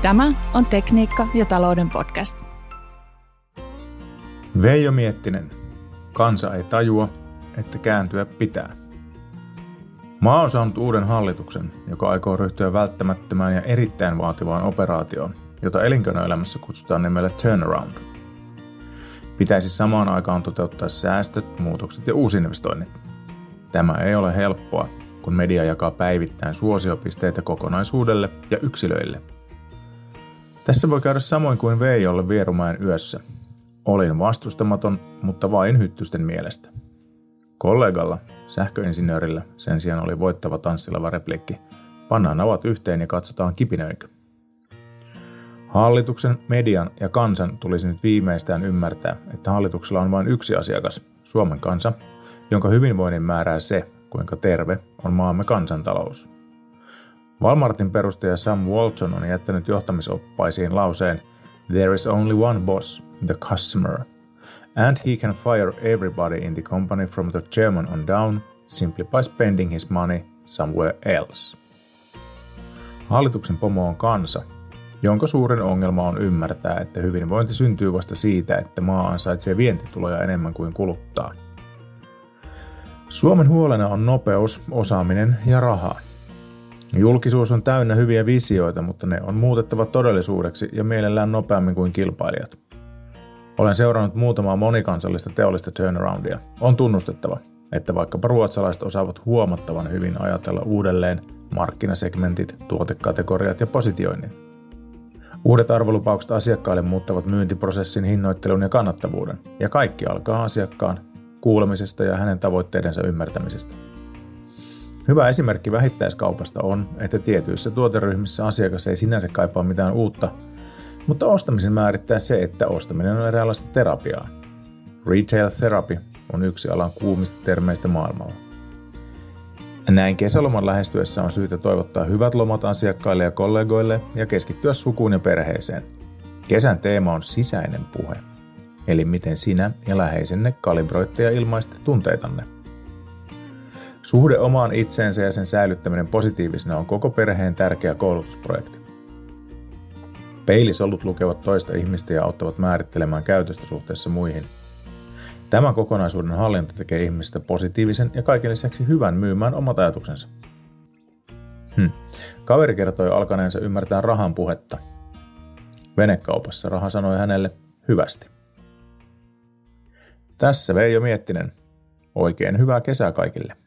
Tämä on Tekniikka ja talouden podcast. Veijo Miettinen. Kansa ei tajua, että kääntyä pitää. Maa on saanut uuden hallituksen, joka aikoo ryhtyä välttämättömään ja erittäin vaativaan operaatioon, jota elinkeinoelämässä kutsutaan nimellä turnaround. Pitäisi samaan aikaan toteuttaa säästöt, muutokset ja uusinvestoinnit. Tämä ei ole helppoa, kun media jakaa päivittäin suosiopisteitä kokonaisuudelle ja yksilöille. Tässä voi käydä samoin kuin Veijolle Vierumäen yössä. Olin vastustamaton, mutta vain hyttysten mielestä. Kollegalla, sähköinsinöörillä, sen sijaan oli voittava tanssilava repliikki. Pannaan navat yhteen ja katsotaan kipinöikö. Hallituksen, median ja kansan tulisi nyt viimeistään ymmärtää, että hallituksella on vain yksi asiakas, Suomen kansa, jonka hyvinvoinnin määrää se, kuinka terve on maamme kansantalous. Walmartin perustaja Sam Walton on jättänyt johtamisoppaisiin lauseen "There is only one boss, the customer, and he can fire everybody in the company from the chairman on down simply by spending his money somewhere else." Hallituksen pomo on kansa, jonka suurin ongelma on ymmärtää, että hyvinvointi syntyy vasta siitä, että maa ansaitsee vientituloja enemmän kuin kuluttaa. Suomen huolena on nopeus, osaaminen ja raha. Julkisuus on täynnä hyviä visioita, mutta ne on muutettava todellisuudeksi ja mielellään nopeammin kuin kilpailijat. Olen seurannut muutamaa monikansallista teollista turnaroundia. On tunnustettava, että vaikkapa ruotsalaiset osaavat huomattavan hyvin ajatella uudelleen markkinasegmentit, tuotekategoriat ja positioinnin. Uudet arvolupaukset asiakkaille muuttavat myyntiprosessin, hinnoittelun ja kannattavuuden, ja kaikki alkaa asiakkaan kuulemisesta ja hänen tavoitteidensa ymmärtämisestä. Hyvä esimerkki vähittäiskaupasta on, että tietyissä tuoteryhmissä asiakas ei sinänsä kaipaa mitään uutta, mutta ostamisen määrittää se, että ostaminen on eräänlaista terapiaa. Retail therapy on yksi alan kuumista termeistä maailmalla. Näin kesäloman lähestyessä on syytä toivottaa hyvät lomat asiakkaille ja kollegoille ja keskittyä sukuun ja perheeseen. Kesän teema on sisäinen puhe, eli miten sinä ja läheisenne kalibroitte ja ilmaiste tunteitanne. Suhde omaan itseensä ja sen säilyttäminen positiivisena on koko perheen tärkeä koulutusprojekti. Peilisolut lukevat toista ihmistä ja auttavat määrittelemään käytöstä suhteessa muihin. Tämä kokonaisuuden hallinta tekee ihmisestä positiivisen ja kaiken lisäksi hyvän myymään omat ajatuksensa. Kaveri kertoi alkaneensa ymmärtää rahan puhetta. Venekaupassa raha sanoi hänelle hyvästi. Tässä Veijo Miettinen. Oikein hyvää kesää kaikille.